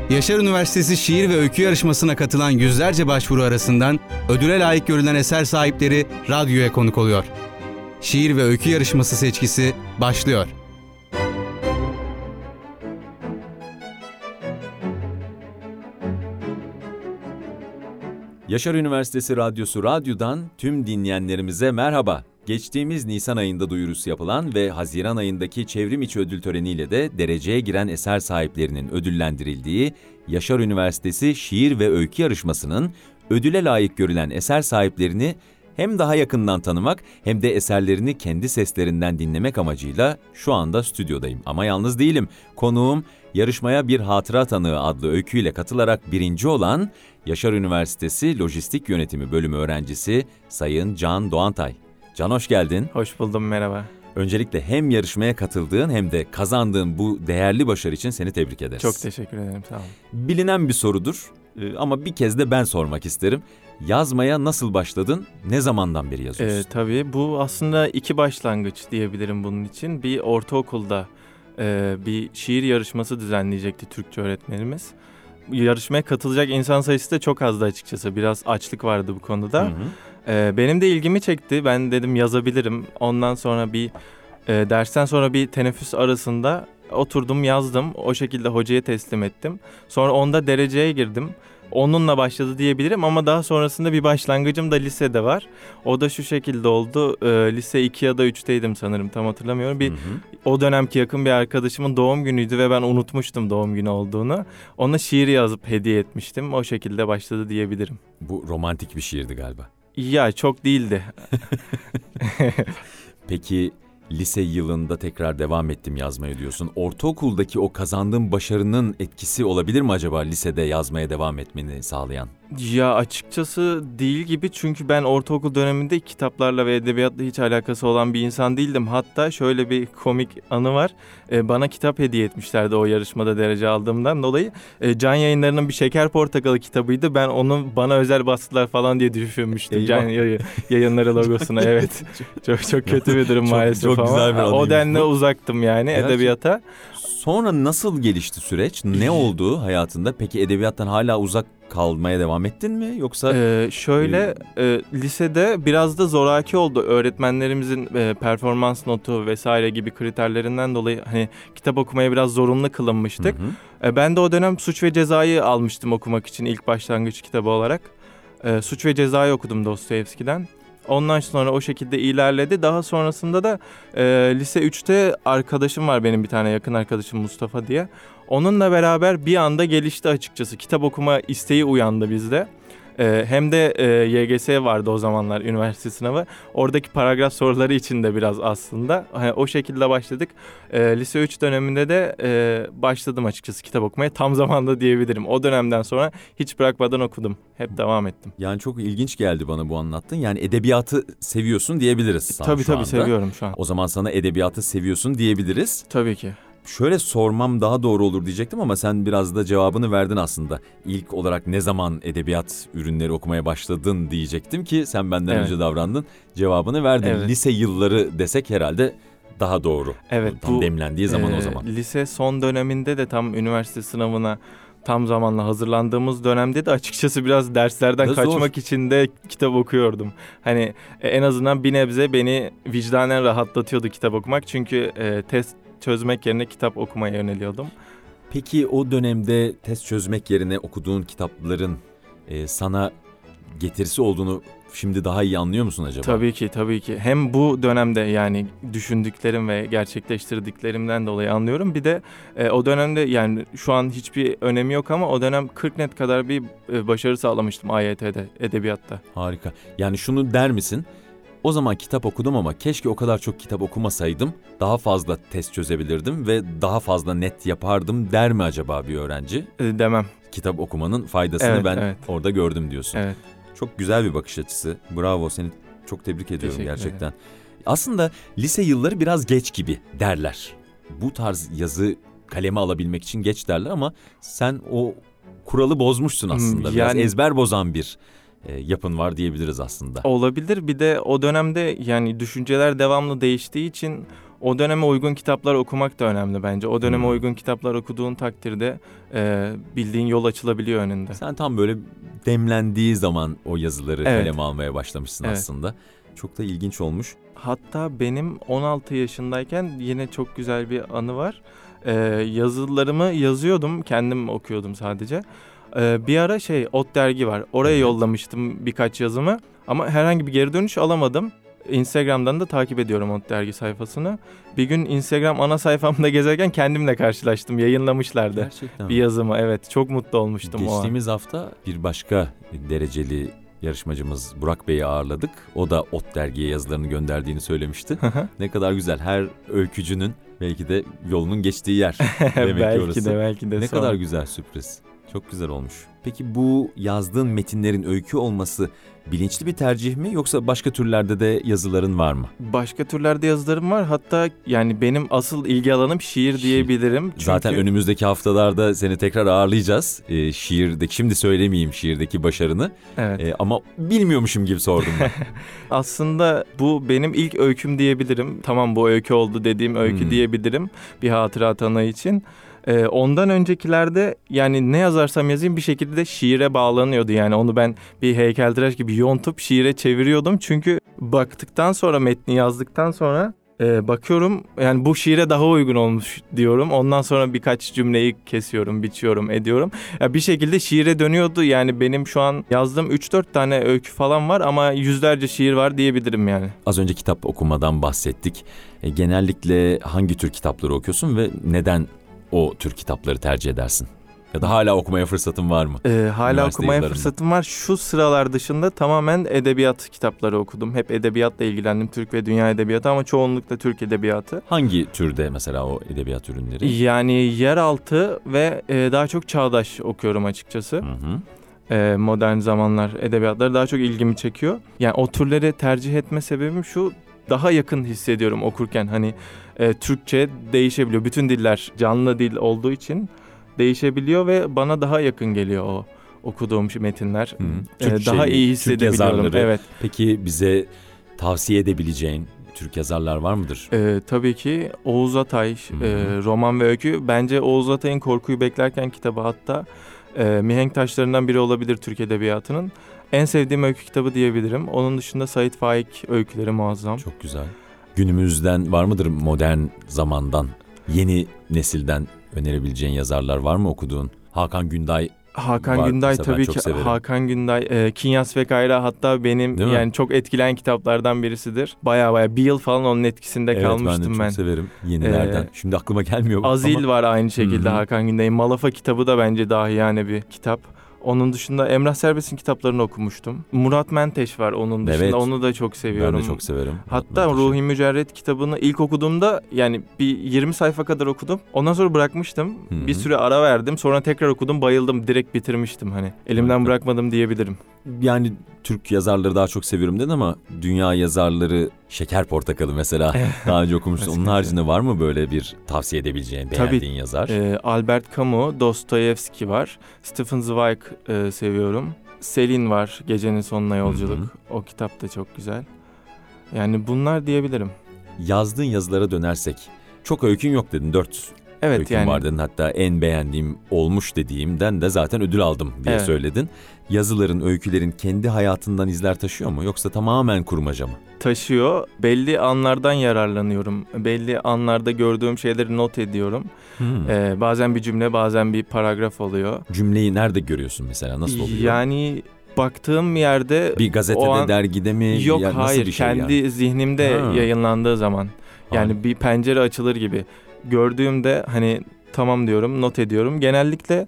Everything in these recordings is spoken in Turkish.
Yaşar Üniversitesi Şiir ve Öykü Yarışması'na katılan yüzlerce başvuru arasından ödüle layık görülen eser sahipleri radyoya konuk oluyor. Şiir ve Öykü Yarışması seçkisi başlıyor. Yaşar Üniversitesi Radyosu Radyo'dan tüm dinleyenlerimize merhaba. Geçtiğimiz Nisan ayında duyurusu yapılan ve Haziran ayındaki çevrim içi ödül töreniyle de dereceye giren eser sahiplerinin ödüllendirildiği Yaşar Üniversitesi Şiir ve Öykü Yarışması'nın ödüle layık görülen eser sahiplerini hem daha yakından tanımak hem de eserlerini kendi seslerinden dinlemek amacıyla şu anda stüdyodayım. Ama yalnız değilim. Konuğum yarışmaya Bir Hatıra Tanığı adlı öyküyle katılarak birinci olan Yaşar Üniversitesi Lojistik Yönetimi Bölümü öğrencisi Sayın Can Doğantay. Can, hoş geldin. Hoş buldum, merhaba. Öncelikle hem yarışmaya katıldığın hem de kazandığın bu değerli başarı için seni tebrik ederiz. Çok teşekkür ederim, sağ olun. Bilinen bir sorudur ama bir kez de ben sormak isterim. Yazmaya nasıl başladın? Ne zamandan beri yazıyorsun? Tabii bu aslında iki başlangıç diyebilirim bunun için. Bir ortaokulda bir şiir yarışması düzenleyecekti Türkçe öğretmenimiz. Yarışmaya katılacak insan sayısı da çok azdı açıkçası. Biraz açlık vardı bu konuda. Benim de ilgimi çekti. Ben dedim yazabilirim. Ondan sonra bir dersten sonra bir teneffüs arasında oturdum, yazdım. O şekilde hocaya teslim ettim. Sonra onda dereceye girdim. Onunla başladı diyebilirim ama daha sonrasında bir başlangıcım da lisede var. O da şu şekilde oldu. Lise 2 ya da 3'teydim sanırım, tam hatırlamıyorum. O dönemki yakın bir arkadaşımın doğum günüydü ve ben unutmuştum doğum günü olduğunu. Ona şiir yazıp hediye etmiştim. O şekilde başladı diyebilirim. Bu romantik bir şiirdi galiba. Ya çok değildi. Peki lise yılında tekrar devam ettim yazmaya diyorsun. Ortaokuldaki o kazandığın başarının etkisi olabilir mi acaba lisede yazmaya devam etmeni sağlayan? Ya açıkçası değil gibi, çünkü ben ortaokul döneminde kitaplarla ve edebiyatla hiç alakası olan bir insan değildim. Hatta şöyle bir komik anı var. Bana kitap hediye etmişlerdi o yarışmada derece aldığımdan dolayı. Can Yayınları'nın bir Şeker Portakalı kitabıydı. Ben onu bana özel bastılar falan diye düşünmüştüm. Eyvah. Can Yayınları logosuna, evet. çok kötü bir durum maalesef çok ama. Güzel bir o denli uzaktım yani edebiyata. Sonra nasıl gelişti süreç? Ne oldu hayatında? Peki edebiyattan hala uzak kalmaya devam ettin mi? Yoksa lisede biraz da zoraki oldu. Öğretmenlerimizin performans notu vesaire gibi kriterlerinden dolayı hani kitap okumaya biraz zorunlu kılınmıştık. Ben de o dönem Suç ve Ceza'yı almıştım okumak için ilk başlangıç kitabı olarak. Suç ve Ceza'yı okudum Dostoyevski'den. Ondan sonra o şekilde ilerledi. Daha sonrasında da lise 3'te arkadaşım var benim, bir tane yakın arkadaşım Mustafa diye. Onunla beraber bir anda gelişti açıkçası. Kitap okuma isteği uyandı bizde. Hem de YGS vardı o zamanlar, üniversite sınavı. Oradaki paragraf soruları için de biraz aslında. O şekilde başladık. Lise 3 döneminde de başladım açıkçası kitap okumaya. Tam zamanda diyebilirim. O dönemden sonra hiç bırakmadan okudum. Hep devam ettim. Yani çok ilginç geldi bana bu anlattın. Yani edebiyatı seviyorsun diyebiliriz. Tabii seviyorum şu an. O zaman sana edebiyatı seviyorsun diyebiliriz. Tabii ki. Şöyle sormam daha doğru olur diyecektim ama sen biraz da cevabını verdin aslında. İlk olarak ne zaman edebiyat ürünleri okumaya başladın diyecektim ki sen benden önce davrandın. Cevabını verdin. Evet. Lise yılları desek herhalde daha doğru. Evet, tam demlendiği zaman o zaman. Lise son döneminde de tam üniversite sınavına tam zamanla hazırlandığımız dönemde de açıkçası biraz derslerden kaçmak için de kitap okuyordum. Hani en azından bir nebze beni vicdanen rahatlatıyordu kitap okumak. Çünkü test çözmek yerine kitap okumaya yöneliyordum. Peki o dönemde test çözmek yerine okuduğun kitapların sana getirisi olduğunu şimdi daha iyi anlıyor musun acaba? Tabii ki. Hem bu dönemde yani düşündüklerim ve gerçekleştirdiklerimden dolayı anlıyorum. Bir de o dönemde, yani şu an hiçbir önemi yok ama o dönem 40 net kadar bir başarı sağlamıştım AYT'de, edebiyatta. Harika. Yani şunu der misin? O zaman kitap okudum ama keşke o kadar çok kitap okumasaydım, daha fazla test çözebilirdim ve daha fazla net yapardım der mi acaba bir öğrenci? Demem. Kitap okumanın faydasını orada gördüm diyorsun. Evet. Çok güzel bir bakış açısı. Bravo, seni çok tebrik ediyorum gerçekten. Ederim. Aslında lise yılları biraz geç gibi derler. Bu tarz yazı kaleme alabilmek için geç derler ama sen o kuralı bozmuşsun aslında. Biraz ezber bozan bir yapın var diyebiliriz aslında. Olabilir. Bir de o dönemde yani düşünceler devamlı değiştiği için o döneme uygun kitaplar okumak da önemli bence. O döneme uygun kitaplar okuduğun takdirde bildiğin yol açılabiliyor önünde. Sen tam böyle demlendiği zaman o yazıları kaleme almaya başlamışsın aslında. Çok da ilginç olmuş. Hatta benim 16 yaşındayken yine çok güzel bir anı var. Yazılarımı yazıyordum, kendim okuyordum sadece. Bir ara Ot dergi var. Oraya yollamıştım birkaç yazımı ama herhangi bir geri dönüş alamadım. Instagram'dan da takip ediyorum Ot dergi sayfasını. Bir gün Instagram ana sayfamda gezerken kendimle karşılaştım. Yayınlamışlardı. Gerçekten bir yazımı. Evet, çok mutlu olmuştum o an. Geçtiğimiz hafta bir başka dereceli yarışmacımız Burak Bey'i ağırladık. O da Ot dergiye yazılarını gönderdiğini söylemişti. Ne kadar güzel. Her öykücünün belki de yolunun geçtiği yer. belki de. Ne kadar güzel sürpriz. Çok güzel olmuş. Peki bu yazdığın metinlerin öykü olması bilinçli bir tercih mi yoksa başka türlerde de yazıların var mı? Başka türlerde yazılarım var. Hatta yani benim asıl ilgi alanım şiir diyebilirim. Çünkü... Zaten önümüzdeki haftalarda seni tekrar ağırlayacağız. Şiirdeki, şimdi söylemeyeyim şiirdeki başarını. Evet. Ama bilmiyormuşum gibi sordum ben. Aslında bu benim ilk öyküm diyebilirim. Tamam, bu öykü oldu dediğim öykü diyebilirim. Bir hatıra tanığı için. Ondan öncekilerde yani ne yazarsam yazayım bir şekilde şiire bağlanıyordu. Yani onu ben bir heykeltıraş gibi yontup şiire çeviriyordum. Çünkü baktıktan sonra, metni yazdıktan sonra bakıyorum yani bu şiire daha uygun olmuş diyorum. Ondan sonra birkaç cümleyi kesiyorum, biçiyorum, ediyorum. Ya bir şekilde şiire dönüyordu. Yani benim şu an yazdığım 3-4 tane öykü falan var ama yüzlerce şiir var diyebilirim yani. Az önce kitap okumadan bahsettik. Genellikle hangi tür kitapları okuyorsun ve neden o tür kitapları tercih edersin? Ya da hala okumaya fırsatın var mı? Hala okumaya fırsatım var. Şu sıralar dışında tamamen edebiyat kitapları okudum. Hep edebiyatla ilgilendim. Türk ve dünya edebiyatı ama çoğunlukla Türk edebiyatı. Hangi türde mesela o edebiyat ürünleri? Yani yeraltı ve daha çok çağdaş okuyorum açıkçası. Modern zamanlar edebiyatları daha çok ilgimi çekiyor. Yani o türleri tercih etme sebebim şu: daha yakın hissediyorum okurken. Hani Türkçe değişebiliyor. Bütün diller canlı dil olduğu için değişebiliyor ve bana daha yakın geliyor o okuduğum metinler. Daha iyi hissedebiliyorum. Evet. Peki bize tavsiye edebileceğin Türk yazarlar var mıdır? Tabii ki Oğuz Atay, roman ve öykü. Bence Oğuz Atay'ın Korkuyu Beklerken kitabı hatta mihenk taşlarından biri olabilir Türk edebiyatının. En sevdiğim öykü kitabı diyebilirim. Onun dışında Sait Faik öyküleri muazzam. Çok güzel. Günümüzden var mıdır, modern zamandan, yeni nesilden önerebileceğin yazarlar var mı okuduğun? Hakan Günday tabii ki. Hakan Günday, Kinyas ve Kayra hatta benim yani çok etkileyen kitaplardan birisidir. Baya bir yıl falan onun etkisinde kalmıştım ben. Ben de çok severim yenilerden. Şimdi aklıma gelmiyor. Azil var aynı şekilde Hakan Günday'ın. Malafa kitabı da bence dahiyane bir kitap. Onun dışında Emrah Serbest'in kitaplarını okumuştum. Murat Menteş var onun dışında. Evet, onu da çok seviyorum. Ben de çok severim. Hatta Ruhi Mücerret kitabını ilk okuduğumda yani bir 20 sayfa kadar okudum. Ondan sonra bırakmıştım. Bir süre ara verdim. Sonra tekrar okudum. Bayıldım. Direkt bitirmiştim hani. Elimden bırakmadım diyebilirim. Yani Türk yazarları daha çok seviyorum dedin ama dünya yazarları, Şeker Portakalı mesela daha önce okumuştun. Onun haricinde var mı böyle bir tavsiye edebileceğin, beğendiğin yazar? Albert Camus, Dostoyevski var. Stephen Zweig seviyorum. Selin var, Gecenin Sonuna Yolculuk. O kitap da çok güzel. Yani bunlar diyebilirim. Yazdığın yazılara dönersek, çok öykün yok dedin, 4 öykün yani var dedin. Hatta en beğendiğim olmuş dediğimden de zaten ödül aldım diye söyledin. Yazıların, öykülerin kendi hayatından izler taşıyor mu yoksa tamamen kurmaca mı? Taşıyor. Belli anlardan yararlanıyorum. Belli anlarda gördüğüm şeyleri not ediyorum. Bazen bir cümle, bazen bir paragraf oluyor. Cümleyi nerede görüyorsun mesela? Nasıl oluyor? Yani baktığım yerde... Bir gazetede, dergide mi? Yok, hayır. Bir şey kendi yani? Zihnimde yayınlandığı zaman. Yani bir pencere açılır gibi. Gördüğümde hani tamam diyorum, not ediyorum. Genellikle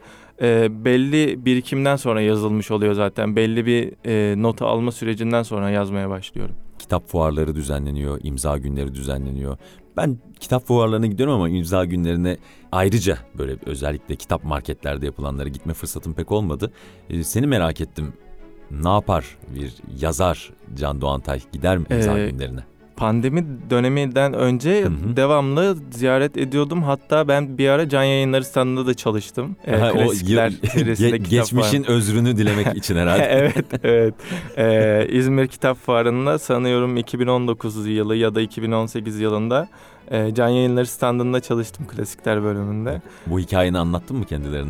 belli birikimden sonra yazılmış oluyor zaten. Belli bir notu alma sürecinden sonra yazmaya başlıyorum. Kitap fuarları düzenleniyor, imza günleri düzenleniyor. Ben kitap fuarlarına gidiyorum ama imza günlerine ayrıca böyle özellikle kitap marketlerde yapılanlara gitme fırsatım pek olmadı. Seni merak ettim. Ne yapar bir yazar Can Doğantay? Gider mi imza günlerine? Pandemi döneminden önce devamlı ziyaret ediyordum. Hatta ben bir ara Can Yayınları standında da çalıştım. Klasikler serisinde kitap geçmişin özrünü dilemek için herhalde. evet. İzmir Kitap Fuarı'nda sanıyorum 2019 yılı ya da 2018 yılında Can Yayınları standında çalıştım klasikler bölümünde. Bu hikayeni anlattın mı kendilerine?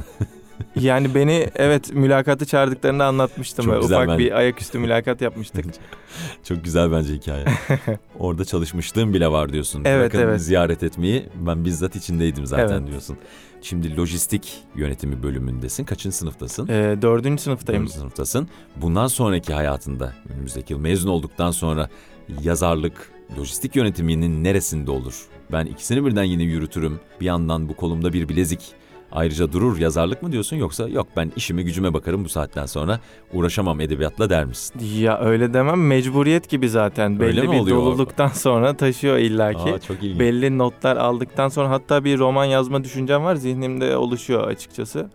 Yani beni mülakata çağırdıklarında anlatmıştım. Çok güzel, Ufak bir ayaküstü mülakat yapmıştık. Çok güzel bence hikaye. Orada çalışmışlığım bile var diyorsun. Evet, Bakın evet. ziyaret etmeyi ben bizzat içindeydim zaten Evet. diyorsun. Şimdi lojistik yönetimi bölümündesin. Kaçıncı sınıftasın? 4. sınıftayım. 4. sınıftasın. Bundan sonraki hayatında önümüzdeki yıl mezun olduktan sonra yazarlık, lojistik yönetiminin neresinde olur? Ben ikisini birden yine yürütürüm. Bir yandan bu kolumda bir bilezik ayrıca durur, yazarlık mı diyorsun, yoksa yok ben işime gücüme bakarım bu saatten sonra uğraşamam edebiyatla der misin? Ya öyle demem, mecburiyet gibi zaten. Öyle Belli mi bir oluyor? doluluktan sonra taşıyor illaki. Aa, çok ilginç. Belli notlar aldıktan sonra hatta bir roman yazma düşüncem var, zihnimde oluşuyor açıkçası.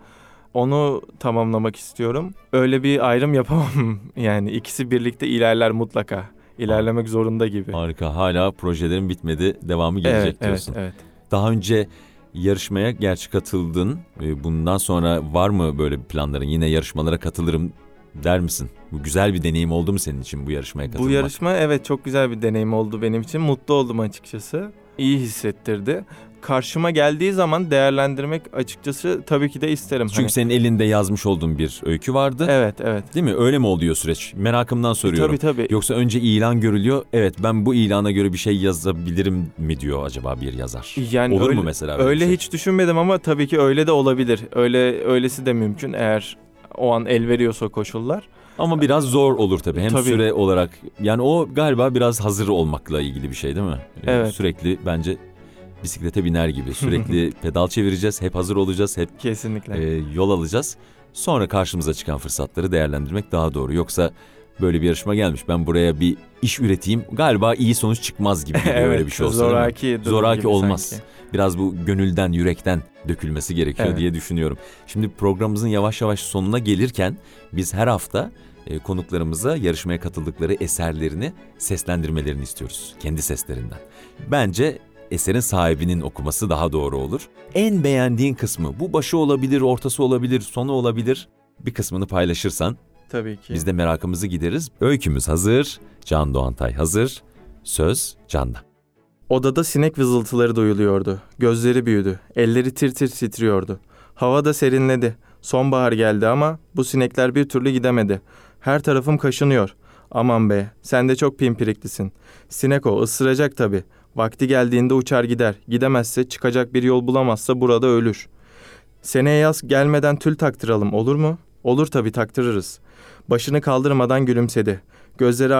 Onu tamamlamak istiyorum. Öyle bir ayrım yapamam. Yani ikisi birlikte ilerler mutlaka. İlerlemek zorunda gibi. Harika, hala projelerin bitmedi, devamı gelecek diyorsun. Evet. Daha önce yarışmaya gerçi katıldın. Bundan sonra var mı böyle planların? Yine yarışmalara katılırım der misin? Bu güzel bir deneyim oldu mu senin için bu yarışmaya katılmak? Bu yarışma çok güzel bir deneyim oldu benim için. Mutlu oldum açıkçası. İyi hissettirdi. Karşıma geldiği zaman değerlendirmek açıkçası tabii ki de isterim. Çünkü senin elinde yazmış olduğun bir öykü vardı. Evet. Değil mi? Öyle mi oluyor süreç? Merakımdan soruyorum. Tabii. Yoksa önce ilan görülüyor. Evet, ben bu ilana göre bir şey yazabilirim mi diyor acaba bir yazar? Yani Olur öyle, mu mesela? Öyle bir şey? hiç düşünmedim ama tabii ki öyle de olabilir. Öylesi de mümkün eğer o an el veriyorsa koşullar. Ama biraz zor olur tabii. Hem Tabii. süre olarak. Yani o galiba biraz hazır olmakla ilgili bir şey değil mi? Evet. Sürekli bence bisiklete biner gibi. Sürekli pedal çevireceğiz. Hep hazır olacağız. Hep Kesinlikle. yol alacağız. Sonra karşımıza çıkan fırsatları değerlendirmek daha doğru. Yoksa böyle bir yarışma gelmiş, ben buraya bir iş üreteyim, galiba iyi sonuç çıkmaz gibi geliyor. Öyle bir şey olsa. Zoraki olmaz. Sanki. Biraz bu gönülden, yürekten dökülmesi gerekiyor diye düşünüyorum. Şimdi programımızın yavaş yavaş sonuna gelirken biz her hafta konuklarımıza yarışmaya katıldıkları eserlerini seslendirmelerini istiyoruz. Kendi seslerinden. Bence eserin sahibinin okuması daha doğru olur. En beğendiğin kısmı, bu başı olabilir, ortası olabilir, sonu olabilir, bir kısmını paylaşırsan Tabii ki. biz de merakımızı gideriz. Öykümüz hazır, Can Doğantay hazır, söz Can'da. Odada sinek vızıltıları duyuluyordu. Gözleri büyüdü. Elleri tir tir titriyordu. Hava da serinledi. Sonbahar geldi ama bu sinekler bir türlü gidemedi. Her tarafım kaşınıyor. Aman be, sen de çok pimpiriklisin. Sinek o, ısıracak tabii. Vakti geldiğinde uçar gider. Gidemezse, çıkacak bir yol bulamazsa burada ölür. Seneye yaz gelmeden tül taktıralım, olur mu? Olur tabii, taktırırız. Başını kaldırmadan gülümsedi. Gözleri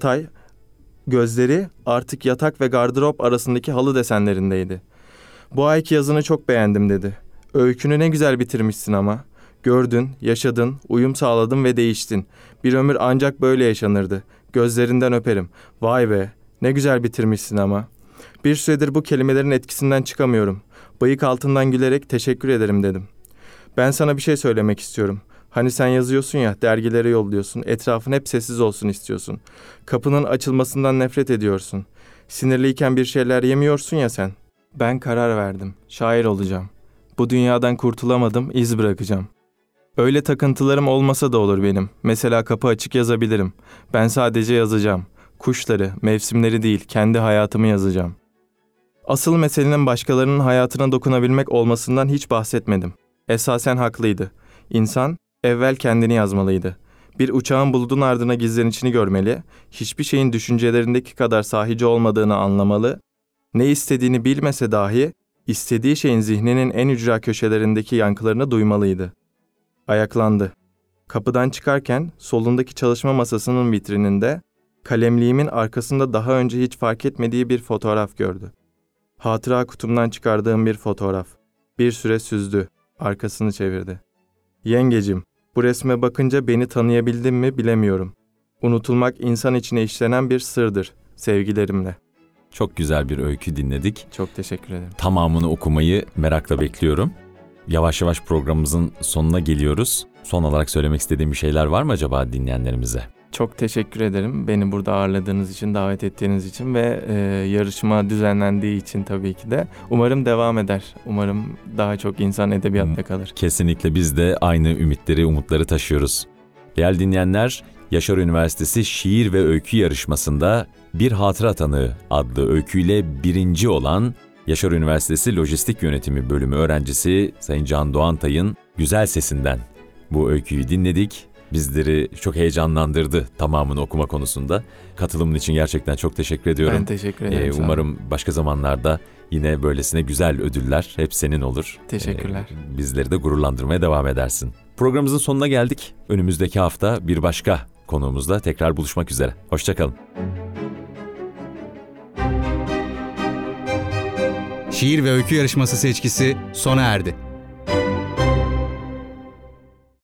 artık yatak ve gardırop arasındaki halı desenlerindeydi. Bu ayki yazını çok beğendim dedi. Öykünü ne güzel bitirmişsin ama. Gördün, yaşadın, uyum sağladın ve değiştin. Bir ömür ancak böyle yaşanırdı. Gözlerinden öperim. Vay be, ne güzel bitirmişsin ama. Bir süredir bu kelimelerin etkisinden çıkamıyorum. Bıyık altından gülerek teşekkür ederim dedim. Ben sana bir şey söylemek istiyorum. Hani sen yazıyorsun ya, dergilere yolluyorsun, etrafın hep sessiz olsun istiyorsun. Kapının açılmasından nefret ediyorsun. Sinirliyken bir şeyler yemiyorsun ya sen. Ben karar verdim, şair olacağım. Bu dünyadan kurtulamadım, iz bırakacağım. Öyle takıntılarım olmasa da olur benim. Mesela kapı açık yazabilirim. Ben sadece yazacağım. Kuşları, mevsimleri değil, kendi hayatımı yazacağım. Asıl meselenin başkalarının hayatına dokunabilmek olmasından hiç bahsetmedim. Esasen haklıydı. İnsan evvel kendini yazmalıydı. Bir uçağın bulutun ardına gizlenişini görmeli, hiçbir şeyin düşüncelerindeki kadar sahici olmadığını anlamalı, ne istediğini bilmese dahi, istediği şeyin zihninin en ücra köşelerindeki yankılarını duymalıydı. Ayaklandı. Kapıdan çıkarken solundaki çalışma masasının vitrininde, kalemliğimin arkasında daha önce hiç fark etmediği bir fotoğraf gördü. Hatıra kutumdan çıkardığım bir fotoğraf. Bir süre süzdü, arkasını çevirdi. Yengecim, bu resme bakınca beni tanıyabildin mi bilemiyorum. Unutulmak insan içine işlenen bir sırdır, sevgilerimle. Çok güzel bir öykü dinledik. Çok teşekkür ederim. Tamamını okumayı merakla bekliyorum. Yavaş yavaş programımızın sonuna geliyoruz. Son olarak söylemek istediğim bir şeyler var mı acaba dinleyenlerimize? Çok teşekkür ederim beni burada ağırladığınız için, davet ettiğiniz için ve yarışma düzenlendiği için tabii ki de. Umarım devam eder. Umarım daha çok insan edebiyatta kalır. Kesinlikle biz de aynı ümitleri, umutları taşıyoruz. Değerli dinleyenler, Yaşar Üniversitesi Şiir ve Öykü Yarışması'nda Bir Hatıra Tanığı adlı öyküyle birinci olan Yaşar Üniversitesi Lojistik Yönetimi Bölümü öğrencisi Sayın Can Doğantay'ın güzel sesinden bu öyküyü dinledik. Bizleri çok heyecanlandırdı tamamını okuma konusunda. Katılımın için gerçekten çok teşekkür ediyorum. Ben teşekkür ederim. Umarım başka zamanlarda yine böylesine güzel ödüller hep senin olur. Teşekkürler. Bizleri de gururlandırmaya devam edersin. Programımızın sonuna geldik. Önümüzdeki hafta bir başka konuğumuzla tekrar buluşmak üzere. Hoşça kalın. Şiir ve öykü yarışması seçkisi sona erdi.